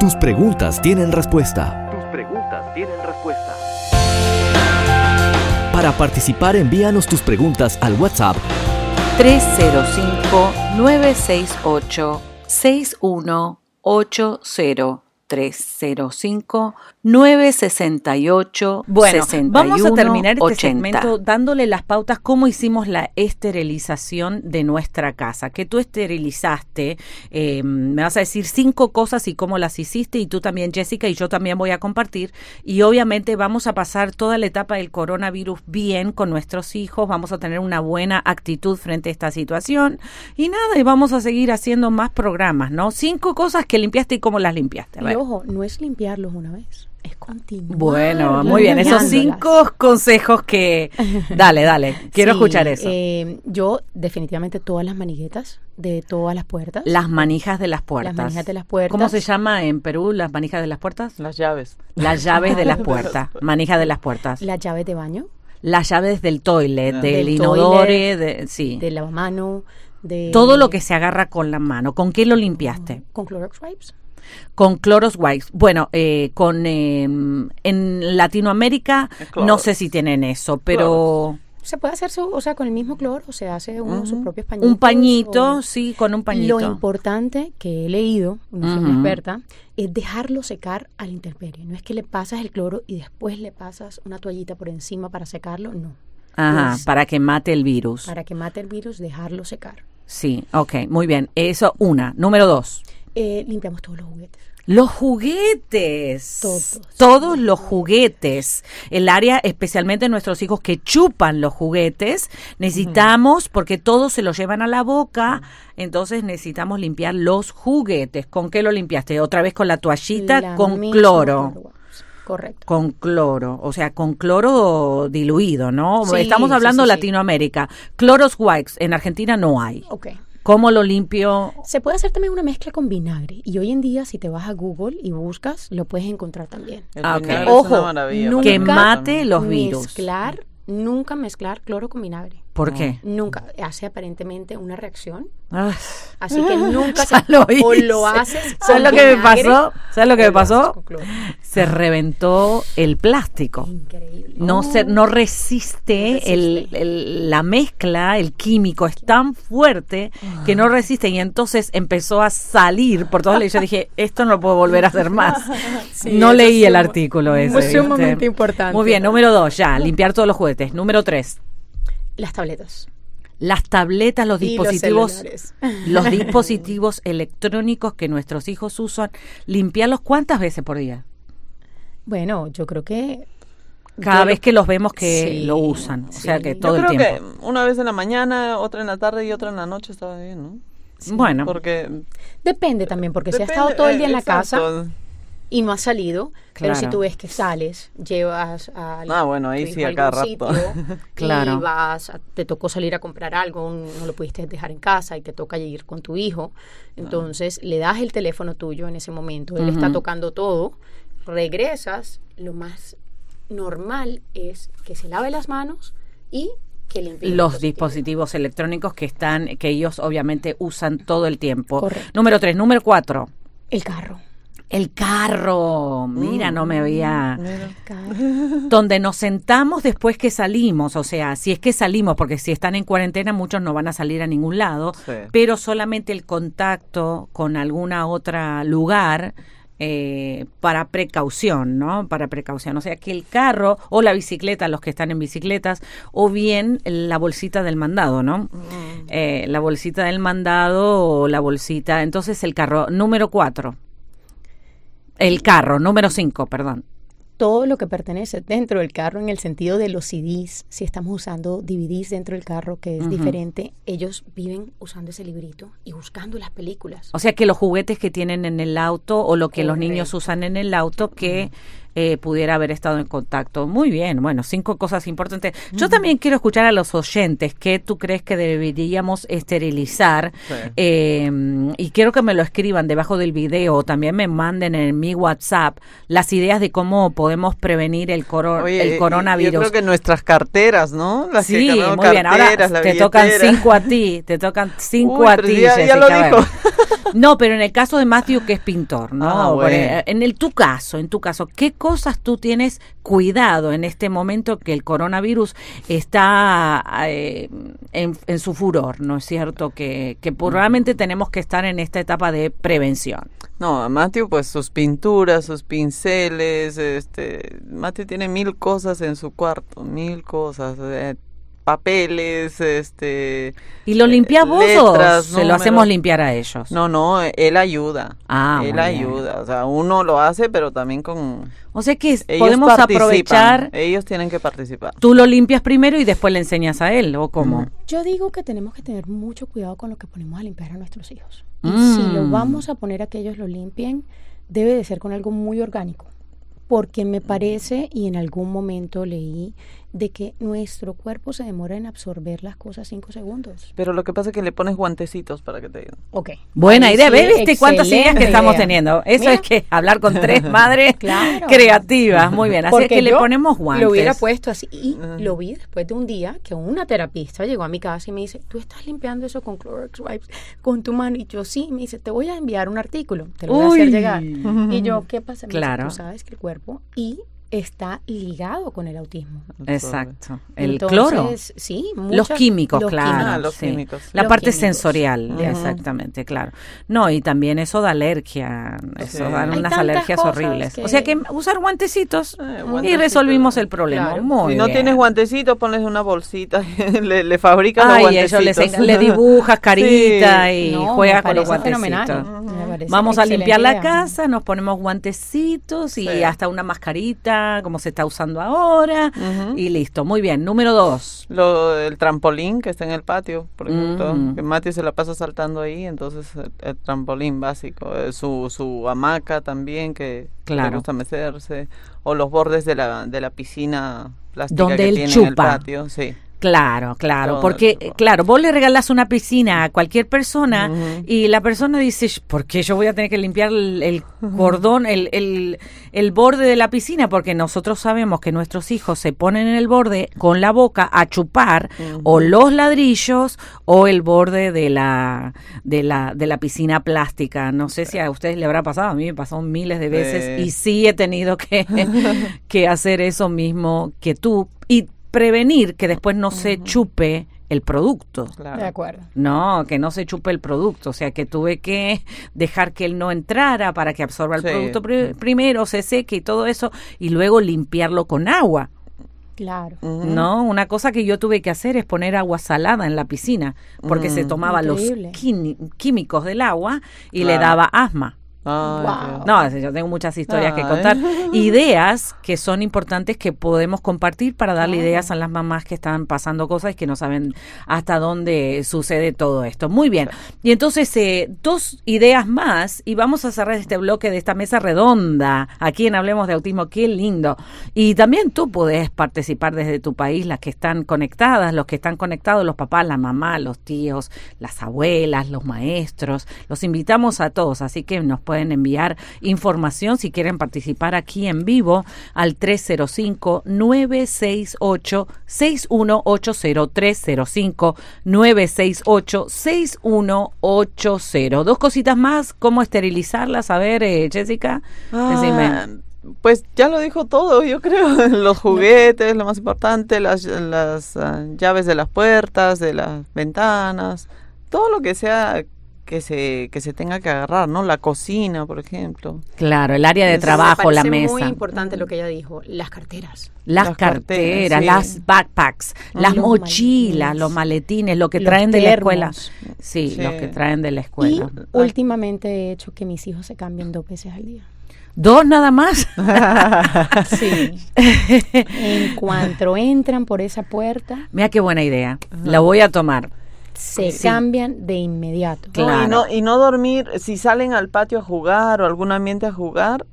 Tus preguntas tienen respuesta. Para participar, envíanos tus preguntas al WhatsApp 305-968-6180. 305-968-6180. Bueno, vamos a terminar este segmento dándole las pautas cómo hicimos la esterilización de nuestra casa. Que tú esterilizaste, me vas a decir 5 cosas y cómo las hiciste, y tú también, Jessica, y yo también voy a compartir. Y obviamente vamos a pasar toda la etapa del coronavirus bien con nuestros hijos, vamos a tener una buena actitud frente a esta situación. Y nada, y vamos a seguir haciendo más programas, ¿no? 5 cosas que limpiaste y cómo las limpiaste. Y ojo, no es limpiarlos una vez, es continuar. Bueno, muy bien, esos 5 consejos que... Dale, quiero escuchar eso. Yo definitivamente todas las maniguetas de todas las puertas. Las manijas de las puertas. Las manijas de las puertas. ¿Cómo se llama en Perú las manijas de las puertas? Las llaves. Las llaves de las puertas, manijas de las puertas. Las llaves de baño. Las llaves del toilet, del inodore, sí. Del lavamano. Todo lo que se agarra con la mano. ¿Con qué lo limpiaste? Con Clorox Wipes. Con Clorox Wipes. Bueno, en Latinoamérica no sé si tienen eso, pero... Se puede hacer con el mismo cloro, se hace uno sus propios pañitos. Un pañito, sí, con un pañito. Lo importante que he leído, no soy una experta, es dejarlo secar a la intemperie. No es que le pasas el cloro y después le pasas una toallita por encima para secarlo, no. Ajá, para que mate el virus. Para que mate el virus, dejarlo secar. Sí, ok, muy bien. Eso, una. Número 2. Limpiamos todos los juguetes. Los juguetes. Todos los juguetes. El área, especialmente nuestros hijos que chupan los juguetes, necesitamos, porque todos se los llevan a la boca, entonces necesitamos limpiar los juguetes. ¿Con qué lo limpiaste? Otra vez con la toallita, con cloro. Correcto. Con cloro, o sea, con cloro diluido, ¿no? Sí, Estamos hablando sí. Latinoamérica. Clorox Wipes en Argentina no hay. Ok. ¿Cómo lo limpio? Se puede hacer también una mezcla con vinagre. Y hoy en día, si te vas a Google y buscas, lo puedes encontrar también. Okay. Ojo, nunca que mate los virus. Nunca mezclar cloro con vinagre. ¿Por qué? Nunca. Hace aparentemente una reacción. Ah. Así que nunca o lo haces. ¿Sabes lo que me pasó? ¿Sabes lo que me pasó? Se reventó el plástico. Increíble. No resiste la mezcla, el químico es tan fuerte que no resiste, y entonces empezó a salir por todos lados. Yo dije, esto no lo puedo volver a hacer más. Sí, no leí el artículo ese. Es sumamente importante. Muy bien, número 2, ya, limpiar todos los juguetes. Número 3. Las tabletas. Las tabletas, los dispositivos, los dispositivos electrónicos que nuestros hijos usan, limpiarlos ¿cuántas veces por día? Bueno, yo creo que cada vez que los vemos que lo usan, o sea que todo el tiempo. Yo creo que una vez en la mañana, otra en la tarde y otra en la noche estaba bien, ¿no? Sí, bueno, porque depende también, porque si has estado todo el día en la casa y no has salido, claro. pero si tú ves que sales, llevas a bueno, ahí sí, a cada rato. Claro. Y te tocó salir a comprar algo, no lo pudiste dejar en casa y te toca ir con tu hijo, entonces le das el teléfono tuyo en ese momento, él está tocando todo, regresas, lo más normal es que se lave las manos y que limpie los dispositivos electrónicos que ellos obviamente usan todo el tiempo. Correcto. Número 3, número 4. El carro. El carro, mira, no me había... Donde nos sentamos después que salimos, o sea, si es que salimos, porque si están en cuarentena muchos no van a salir a ningún lado, pero solamente el contacto con alguna otra lugar para precaución, ¿no? Para precaución, o sea, que el carro o la bicicleta, los que están en bicicletas, o bien la bolsita del mandado, ¿no? La bolsita del mandado o la bolsita, entonces el carro, número 4. El carro, número 5, perdón. Todo lo que pertenece dentro del carro en el sentido de los CDs, si estamos usando DVDs dentro del carro, que es diferente, ellos viven usando ese librito y buscando las películas. O sea que los juguetes que tienen en el auto o lo que los niños usan en el auto, que pudiera haber estado en contacto. Muy bien, bueno, 5 cosas importantes. Yo también quiero escuchar a los oyentes qué tú crees que deberíamos esterilizar, y quiero que me lo escriban debajo del video, o también me manden en mi WhatsApp las ideas de cómo podemos prevenir el coronavirus. Yo creo que nuestras carteras, ¿no? Las sí, que muy bien, ahora te tocan 5 a ti, a ti, ya lo dijo. No, pero en el caso de Matthew, que es pintor, ¿no? Bueno. En tu caso, ¿qué cosas tú tienes cuidado en este momento que el coronavirus está en su furor, ¿no es cierto? Que probablemente tenemos que estar en esta etapa de prevención. No, Matthew, pues sus pinturas, sus pinceles, Matthew tiene 1000 cosas en su cuarto, 1000 cosas, papeles, ¿Y lo limpias vos letras, o se lo hacemos limpiar a ellos? No, él ayuda. Él ayuda, o sea, uno lo hace, pero también con... O sea que ellos podemos aprovechar... Ellos tienen que participar. Tú lo limpias primero y después le enseñas a él, ¿o cómo? Yo digo que tenemos que tener mucho cuidado con lo que ponemos a limpiar a nuestros hijos. Y si lo vamos a poner a que ellos lo limpien, debe de ser con algo muy orgánico. Porque me parece, y en algún momento leí, de que nuestro cuerpo se demora en absorber las cosas 5 segundos. Pero lo que pasa es que le pones guantecitos para que te ayuden. Ok. Buena idea. Sí, ¿Viste cuántas ideas que estamos teniendo? Eso Mira. es que hablar con 3 madres Claro. creativas. Muy bien. Así Porque es que le yo ponemos guantes. Lo hubiera puesto así. Y lo vi después de un día que una terapista llegó a mi casa y me dice, ¿tú estás limpiando eso con Clorox Wipes con tu mano? Y yo, sí. Me dice, te voy a enviar un artículo. Te lo voy a hacer llegar. Y yo, ¿qué pasa? Me Claro. dice, tú sabes que el cuerpo está ligado con el autismo. Exacto. El Entonces, cloro. Sí. Los químicos, claro. Los sí. químicos. La Los parte químicos. sensorial, exactamente, claro. No, y también eso da alergia. Eso Sí. da Hay unas tantas alergias cosas horribles. que- O sea que usar guantecitos y guantecitos. resolvimos el problema. Claro. Muy Si no bien. tienes guantecitos, ponles una bolsita, le fabrican los Ay, guantecitos. ellos le dibujas carita y No, juega me con los parece guantecitos. fenomenal. Me parece Vamos a excelente limpiar la idea. casa, nos ponemos guantecitos y Sí. hasta una mascarita, como se está usando ahora, y listo. Muy bien. Número 2. El trampolín que está en el patio, por ejemplo, que Mati se la pasa saltando ahí, entonces el trampolín básico, su hamaca también que Claro. le gusta mecerse, o los bordes de la piscina plástica Donde que él tiene chupa. en el patio, sí. Claro, Todo porque eso. claro, vos le regalás una piscina a cualquier persona y la persona dice, ¿por qué yo voy a tener que limpiar el cordón, el borde de la piscina? Porque nosotros sabemos que nuestros hijos se ponen en el borde con la boca a chupar o los ladrillos o el borde de la piscina plástica. No sé si a ustedes le habrá pasado, a mí me pasó miles de veces y sí he tenido que hacer eso mismo que tú y prevenir que después no se chupe el producto. Claro. De acuerdo. No, que no se chupe el producto, o sea que tuve que dejar que él no entrara para que absorba el Sí. producto primero, se seque y todo eso, y luego limpiarlo con agua. Claro. No, una cosa que yo tuve que hacer es poner agua salada en la piscina, porque se tomaba Increíble. los químicos del agua y Claro. le daba asma. Ay, Wow. Dios. No, yo tengo muchas historias que Ay. contar. Ideas que son importantes que podemos compartir para darle ideas a las mamás que están pasando cosas y que no saben hasta dónde sucede todo esto. Muy bien. Y entonces, 2 ideas más y vamos a cerrar este bloque de esta mesa redonda aquí en Hablemos de Autismo. Qué lindo. Y también tú puedes participar desde tu país, las que están conectadas, los que están conectados, los papás, la mamá, los tíos, las abuelas, los maestros. Los invitamos a todos, así que nos pueden enviar información si quieren participar aquí en vivo al 305-968-6180, 305-968-6180. 2 cositas más, ¿cómo esterilizarlas? A ver, Jessica, decime. Pues ya lo dijo todo, yo creo. Los juguetes, lo más importante, las llaves de las puertas, de las ventanas, todo lo que sea que se tenga que agarrar, ¿no? La cocina, por ejemplo. Claro, el área de Me trabajo, la Me parece mesa. muy importante lo que ella dijo, las carteras. Las carteras, sí. las backpacks, las Los mochilas, maletines. los maletines, lo que Los traen de la termos. escuela. Sí, Sí. los que traen de la Y escuela. últimamente he hecho que mis hijos se cambien 2 veces al día. 2 nada más. Sí. En cuanto entran por esa puerta, Mira qué buena idea. La voy a tomar. se Sí. cambian de inmediato. Claro. No, y no dormir, si salen al patio a jugar o a algún ambiente a jugar,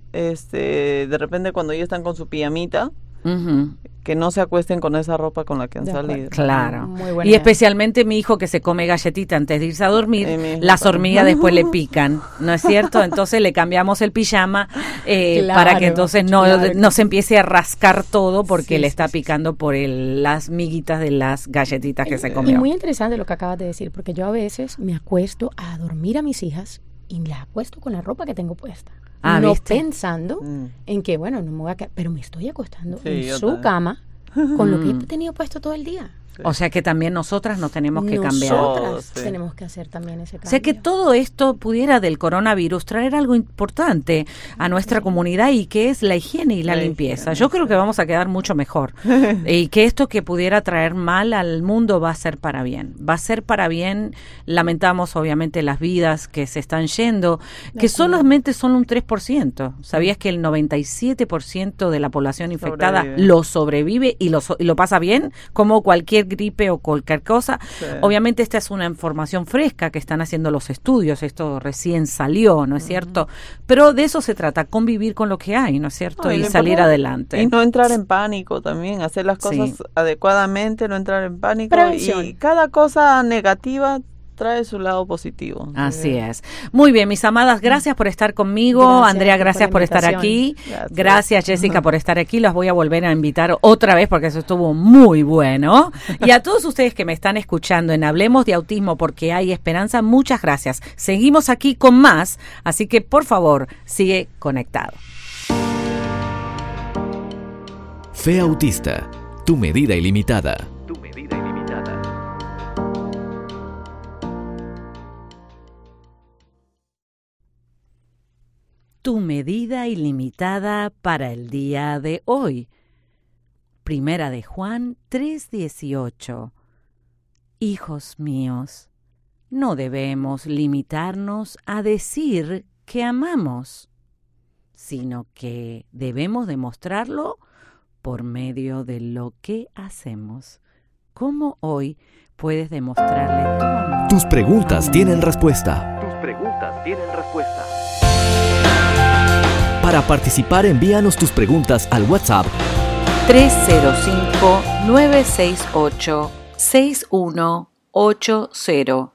de repente cuando ya están con su pijamita, Ujú. que no se acuesten con esa ropa con la que han salido. Claro. Muy buena Y idea. especialmente mi hijo que se come galletita antes de irse a dormir, Mi hijo las también. hormigas después le pican, ¿no es cierto? Entonces le cambiamos el pijama para que entonces no se empiece a rascar todo porque le está picando por las miguitas de las galletitas que se Y comió. muy interesante lo que acabas de decir, porque yo a veces me acuesto a dormir a mis hijas y las acuesto con la ropa que tengo puesta. Ah, no ¿viste? pensando en que, bueno, no me voy a quedar, pero me estoy acostando Sí, en yo su también. cama con lo que he tenido puesto todo el día. O sea que también nosotras nos tenemos que cambiar. Nosotras Sí. tenemos que hacer también ese cambio. O sea que todo esto pudiera del coronavirus traer algo importante a nuestra comunidad y que es la higiene y la La limpieza. higiene, Yo creo que vamos a quedar mucho mejor. Y que esto que pudiera traer mal al mundo va a ser para bien. Va a ser para bien. Lamentamos obviamente las vidas que se están yendo, que solamente son un 3%. ¿Sabías que el 97% de la población infectada Sobrevive. lo sobrevive y lo pasa bien? Como cualquier gripe o cualquier cosa. Sí. Obviamente esta es una información fresca que están haciendo los estudios, esto recién salió, ¿no es cierto? Pero de eso se trata, convivir con lo que hay, ¿no es cierto? No, y lo salir importante- adelante. Y no entrar en pánico también, hacer las cosas Sí. adecuadamente, no entrar en pánico. Prevención. Y cada cosa negativa trae su lado positivo. Así es. Muy bien, mis amadas, gracias por estar conmigo. Gracias Andrea, a ti por gracias la por estar invitación. aquí. Gracias. Gracias, Jessica, por estar aquí. Los voy a volver a invitar otra vez porque eso estuvo muy bueno. Y a todos ustedes que me están escuchando en Hablemos de Autismo porque hay esperanza, muchas gracias. Seguimos aquí con más, así que por favor, sigue conectado. Fe Autista, tu medida ilimitada. Tu medida ilimitada para el día de hoy. Primera de Juan 3:18. Hijos míos, no debemos limitarnos a decir que amamos, sino que debemos demostrarlo por medio de lo que hacemos. ¿Cómo hoy puedes demostrarle tu amor? Tus preguntas tienen respuesta. Para participar, envíanos tus preguntas al WhatsApp 305-968-6180.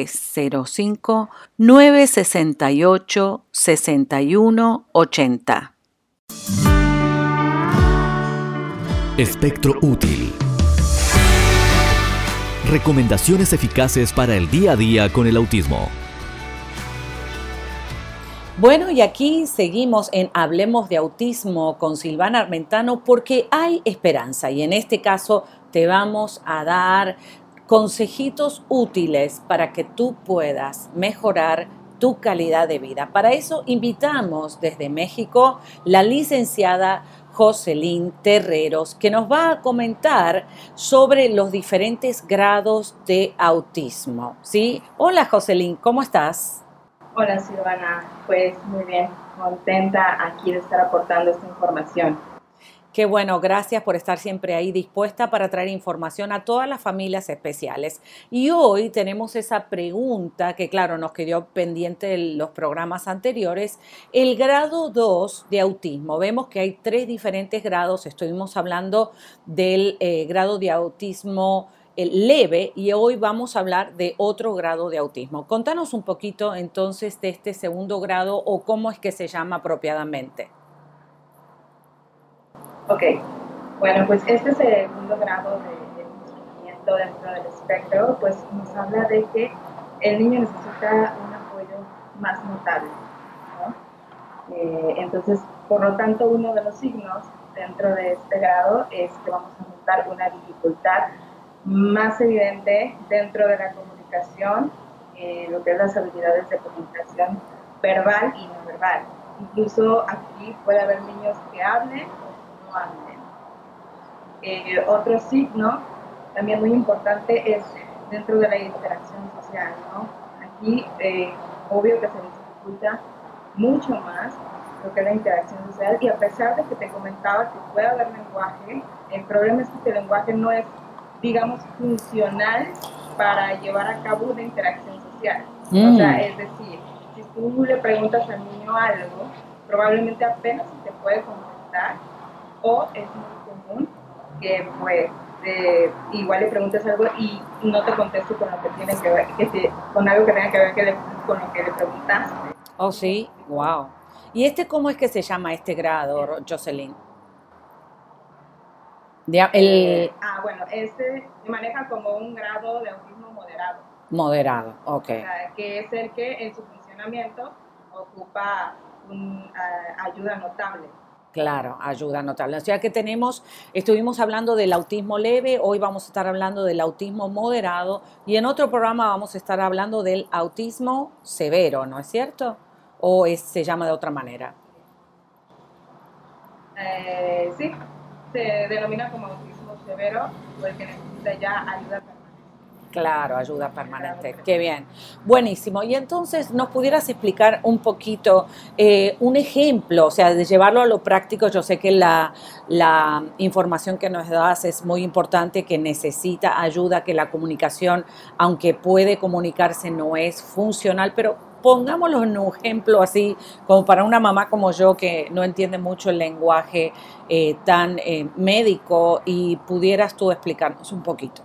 305-968-6180. Espectro Útil. Recomendaciones eficaces para el día a día con el autismo. Bueno, y aquí seguimos en Hablemos de Autismo con Silvana Armentano porque hay esperanza y en este caso te vamos a dar consejitos útiles para que tú puedas mejorar tu calidad de vida. Para eso invitamos desde México la licenciada Jocelyn Terreros, que nos va a comentar sobre los diferentes grados de autismo, ¿sí? Hola Jocelyn, ¿cómo estás? Hola Silvana, pues muy bien, contenta aquí de estar aportando esta información. Qué bueno, gracias por estar siempre ahí dispuesta para traer información a todas las familias especiales. Y hoy tenemos esa pregunta que, claro, nos quedó pendiente de los programas anteriores, el grado 2 de autismo. Vemos que hay 3 diferentes grados, estuvimos hablando del grado de autismo leve y hoy vamos a hablar de otro grado de autismo. Contanos un poquito entonces de este segundo grado o cómo es que se llama apropiadamente. Ok, bueno, pues este segundo grado de funcionamiento dentro del espectro, pues nos habla de que el niño necesita un apoyo más notable, ¿no? Entonces, por lo tanto, uno de los signos dentro de este grado es que vamos a notar una dificultad más evidente dentro de la comunicación, lo que es las habilidades de comunicación verbal y no verbal. Incluso aquí puede haber niños que hablen o no hablen. Otro signo también muy importante es dentro de la interacción social, ¿no? Aquí, obvio que se dificulta mucho más lo que es la interacción social, y a pesar de que te comentaba que puede haber lenguaje, el problema es que el lenguaje no es, digamos, funcional para llevar a cabo una interacción social. O sea, es decir, si tú le preguntas al niño algo probablemente apenas se te puede contestar, o es muy común que pues igual le preguntes algo y no te conteste con lo que tiene que ver, con algo que tenga que ver con lo que le preguntaste. Oh, sí, wow. ¿Y cómo es que se llama este grado, Jocelyn? Bueno, se maneja como un grado de autismo moderado. Moderado, ok. O sea, que es el que en su funcionamiento ocupa ayuda notable. Claro, ayuda notable. O sea que estuvimos hablando del autismo leve, hoy vamos a estar hablando del autismo moderado y en otro programa vamos a estar hablando del autismo severo, ¿no es cierto? ¿O se llama de otra manera? Sí, se denomina como autismo severo o el que necesita ya ayuda permanente. Claro, ayuda permanente. Qué bien. Buenísimo. Y entonces, ¿nos pudieras explicar un poquito un ejemplo? O sea, de llevarlo a lo práctico. Yo sé que la información que nos das es muy importante, que necesita ayuda, que la comunicación, aunque puede comunicarse, no es funcional, pero pongámoslo en un ejemplo así, como para una mamá como yo que no entiende mucho el lenguaje tan médico, y pudieras tú explicarnos un poquito.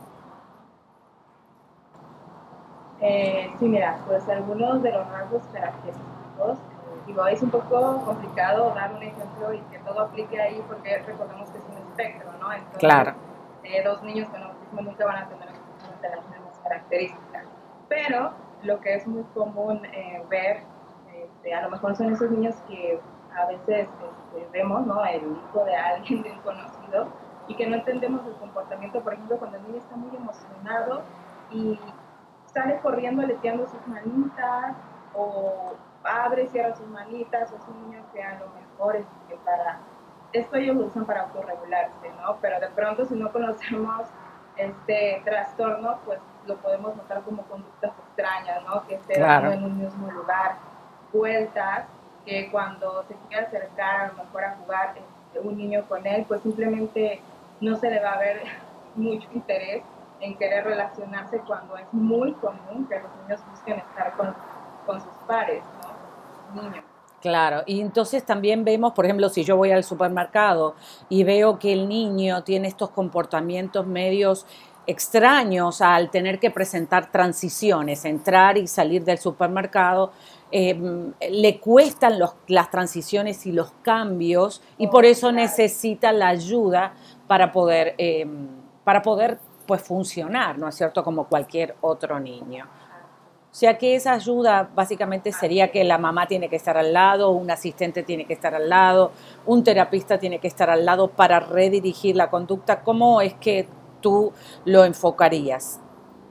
Sí, mira, pues algunos de los rasgos característicos, es un poco complicado dar un ejemplo y que todo aplique ahí porque recordemos que es un espectro, ¿no? Entonces, claro. Dos niños con autismo nunca van a tener exactamente las mismas características, pero lo que es muy común ver, a lo mejor son esos niños que a veces vemos, ¿no? El hijo de alguien, de un conocido, y que no entendemos el comportamiento, por ejemplo, cuando el niño está muy emocionado y sale corriendo aleteando sus manitas, o abre y cierra sus manitas, o es un niño que a lo mejor es que esto ellos lo usan para autorregularse, ¿no? Pero de pronto, si no conocemos este trastorno, pues lo podemos notar como conductas extrañas, ¿no? Que esté dando en un mismo lugar vueltas, que cuando se quiere acercar a lo mejor a jugar un niño con él, pues simplemente no se le va a ver mucho interés en querer relacionarse, cuando es muy común que los niños busquen estar con sus pares, ¿no? Niños. Claro, y entonces también vemos, por ejemplo, si yo voy al supermercado y veo que el niño tiene estos comportamientos medios extraños al tener que presentar transiciones, entrar y salir del supermercado, le cuestan las transiciones y los cambios, y por eso necesita la ayuda para poder pues funcionar, ¿no es cierto?, como cualquier otro niño. O sea que esa ayuda básicamente sería que la mamá tiene que estar al lado, un asistente tiene que estar al lado, un terapista tiene que estar al lado para redirigir la conducta. ¿Cómo es que tú lo enfocarías?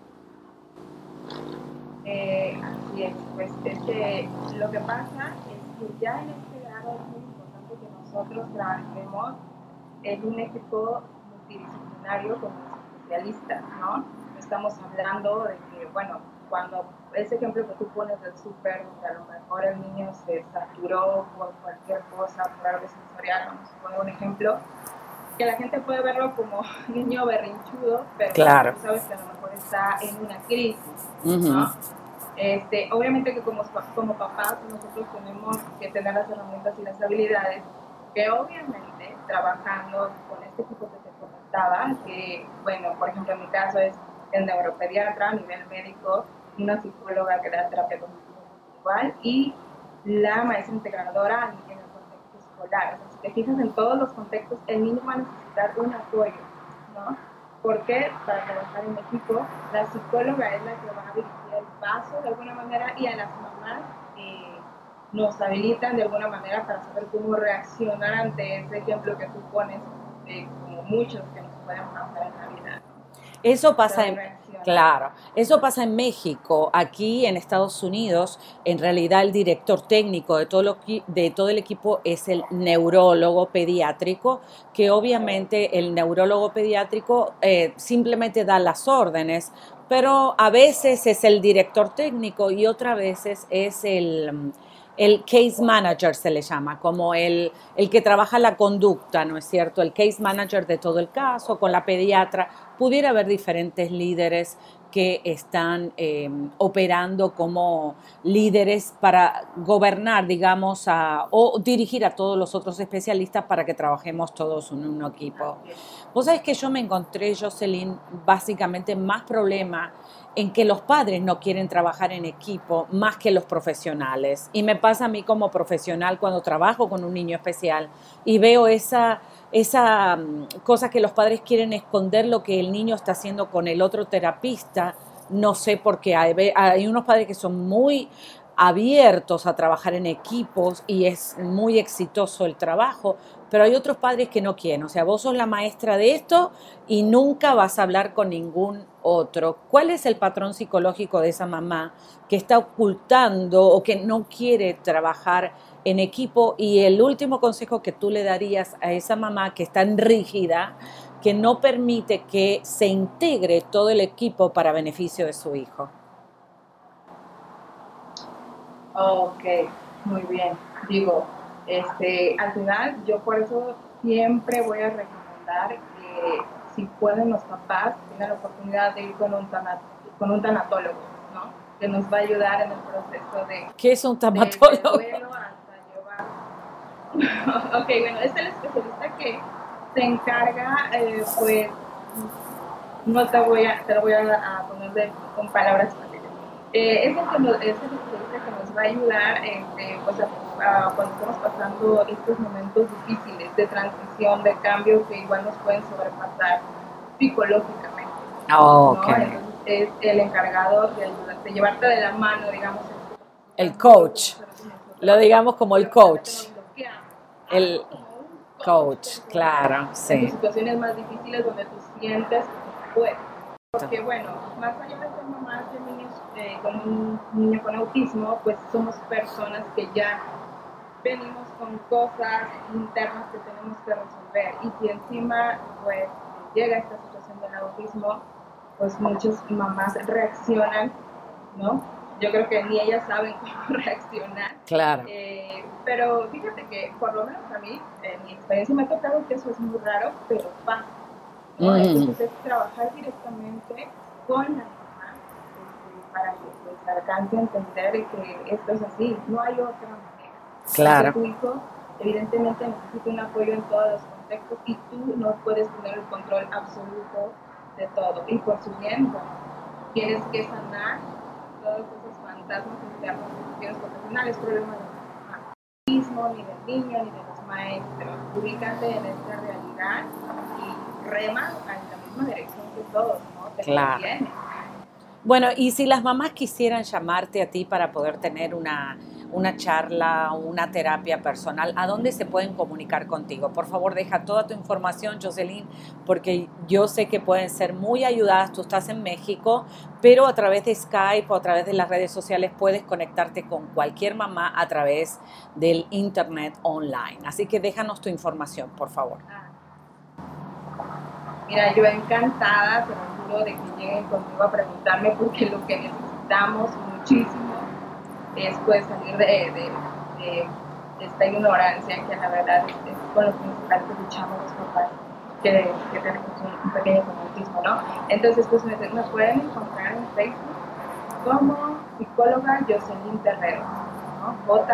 Así es, pues es que lo que pasa es que ya en este grado es muy importante que nosotros trabajemos en un equipo multidisciplinario con los especialistas, ¿no? No estamos hablando de que, bueno, cuando ese ejemplo que tú pones del súper, donde a lo mejor el niño se saturó por cualquier cosa, por algo sensorial, vamos a poner un ejemplo, que la gente puede verlo como niño berrinchudo, pero claro, tú sabes que a lo mejor está en una crisis, ¿no? Obviamente que como papás nosotros tenemos que tener las herramientas y las habilidades, que obviamente trabajando con este equipo que te comentaba, que bueno, por ejemplo en mi caso es el neuropediatra a nivel médico, una psicóloga que da terapia cognitivo-conductual y la maestra integradora en el contexto escolar. O sea, si te fijas en todos los contextos, el niño va a necesitar un apoyo, ¿no? Porque para trabajar en equipo, la psicóloga es la que va a dirigir el paso de alguna manera, y a las mamás nos habilitan de alguna manera para saber cómo reaccionar ante ese ejemplo que tú pones, como muchos que nos pueden pasar en la vida. Eso pasa eso pasa en México. Aquí en Estados Unidos, en realidad el director técnico de todo el equipo es el neurólogo pediátrico, que obviamente el neurólogo pediátrico simplemente da las órdenes, pero a veces es el director técnico y otras veces es el case manager, se le llama, como el que trabaja la conducta, ¿no es cierto? El case manager de todo el caso, con la pediatra. Pudiera haber diferentes líderes que están operando como líderes para gobernar, digamos, o dirigir a todos los otros especialistas para que trabajemos todos en un equipo. Vos sabés que yo me encontré, Jocelyn, básicamente más problema en que los padres no quieren trabajar en equipo más que los profesionales. Y me pasa a mí como profesional cuando trabajo con un niño especial y veo esa cosa que los padres quieren esconder lo que el niño está haciendo con el otro terapista. No sé por qué. Hay unos padres que son muy abiertos a trabajar en equipos y es muy exitoso el trabajo, pero hay otros padres que no quieren. O sea, vos sos la maestra de esto y nunca vas a hablar con ningún otro. ¿Cuál es el patrón psicológico de esa mamá que está ocultando o que no quiere trabajar en equipo? Y el último consejo que tú le darías a esa mamá que está rígida, que no permite que se integre todo el equipo para beneficio de su hijo. Ok, muy bien. Digo, al final yo por eso siempre voy a recomendar que si pueden los papás tengan la oportunidad de ir con un tanatólogo, ¿no? Que nos va a ayudar en el proceso de... ¿Qué es un tanatólogo? Ok, bueno, es el especialista que se encarga, pues, no te lo voy a poner con palabras fáciles. Es el especialista que nos va a ayudar pues cuando estamos pasando estos momentos difíciles de transición, de cambio, que igual nos pueden sobrepasar psicológicamente. Oh, okay. ¿No? Entonces es el encargado de llevarte de la mano, digamos. El coach. Lo digamos como el coach. El coach, claro, sí. En situaciones más difíciles donde tú sientes que puedes. Porque bueno, más allá de ser mamás de niños con un niño con autismo, pues somos personas que ya venimos con cosas internas que tenemos que resolver. Y si encima pues llega esta situación del autismo, pues muchas mamás reaccionan, ¿no? Yo creo que ni ellas saben cómo reaccionar. Claro. Pero fíjate que por lo menos a mí, en mi experiencia me ha tocado que eso es muy raro, pero pasa. ¿No? Entonces es trabajar directamente con la mamá para que pues alcance a entender que esto es así, no hay otra manera. Claro. Tu hijo evidentemente necesita un apoyo en todos los contextos y tú no puedes tener el control absoluto de todo. Y por su bien, bueno, tienes que sanar todos esos fantasmas internos que tienes profesionales, problemas de autismo, ni del niño, ni de los maestros. Ubícate en esta realidad y rema en la misma dirección que todos, ¿no? Te claro. Conviene. Bueno, y si las mamás quisieran llamarte a ti para poder tener una charla, una terapia personal, ¿a dónde se pueden comunicar contigo? Por favor, deja toda tu información, Jocelyn, porque yo sé que pueden ser muy ayudadas. Tú estás en México, pero a través de Skype o a través de las redes sociales puedes conectarte con cualquier mamá a través del internet online. Así que déjanos tu información, por favor. Mira, yo encantada, te lo juro, de que lleguen conmigo a preguntarme, porque lo que necesitamos muchísimo es pues salir de esta ignorancia que la verdad es con lo principal que luchamos los papás que tenemos un pequeño con autismo, ¿no? Entonces pues me pueden encontrar en Facebook como psicóloga Jocelyn Terrero, ¿no?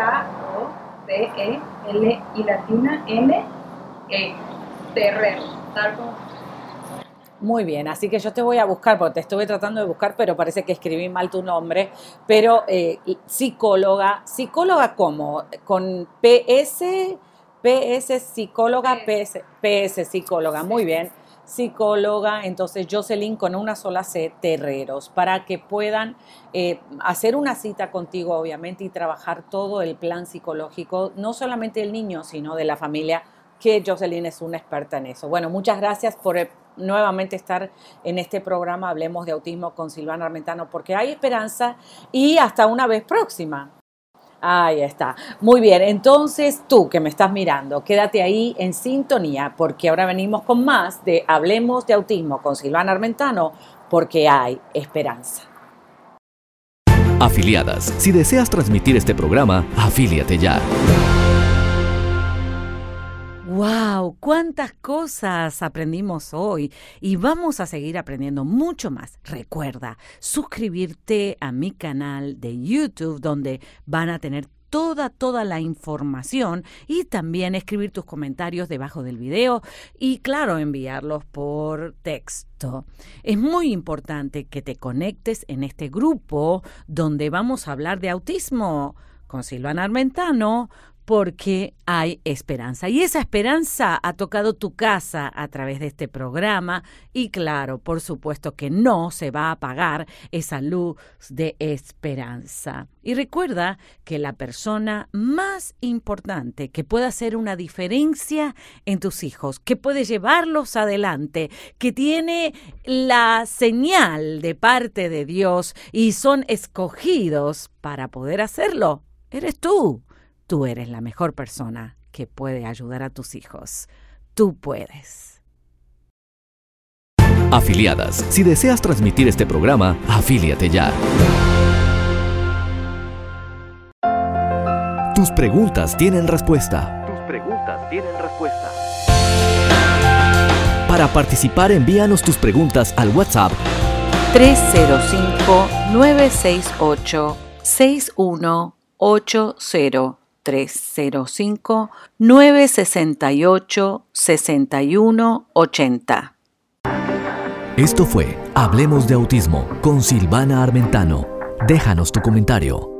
J-O-C-E-L y latina N-E Terrero, tal como. Muy bien, así que yo te voy a buscar, porque te estuve tratando de buscar, pero parece que escribí mal tu nombre, pero psicóloga ¿cómo? Con PS psicóloga, PS psicóloga, muy bien, psicóloga, entonces Jocelyn con una sola C, Terreros, para que puedan hacer una cita contigo, obviamente, y trabajar todo el plan psicológico, no solamente del niño, sino de la familia, que Jocelyn es una experta en eso. Bueno, muchas gracias por nuevamente estar en este programa Hablemos de Autismo con Silvana Armentano, porque hay esperanza, y hasta una vez próxima. Ahí está. Muy bien, entonces tú que me estás mirando, quédate ahí en sintonía, porque ahora venimos con más de Hablemos de Autismo con Silvana Armentano, porque hay esperanza. Afiliadas. Si deseas transmitir este programa, afíliate ya. ¡Wow! ¡Cuántas cosas aprendimos hoy! Y vamos a seguir aprendiendo mucho más. Recuerda suscribirte a mi canal de YouTube, donde van a tener toda la información, y también escribir tus comentarios debajo del video y, claro, enviarlos por texto. Es muy importante que te conectes en este grupo donde vamos a hablar de autismo con Silvana Armentano, porque hay esperanza. Y esa esperanza ha tocado tu casa a través de este programa. Y claro, por supuesto que no se va a apagar esa luz de esperanza. Y recuerda que la persona más importante que puede hacer una diferencia en tus hijos, que puede llevarlos adelante, que tiene la señal de parte de Dios y son escogidos para poder hacerlo, eres tú. Tú eres la mejor persona que puede ayudar a tus hijos. Tú puedes. Afiliadas. Si deseas transmitir este programa, afíliate ya. Tus preguntas tienen respuesta. Para participar, envíanos tus preguntas al WhatsApp 305-968-6180. 305-968-6180. Esto fue Hablemos de Autismo con Silvana Armentano. Déjanos tu comentario.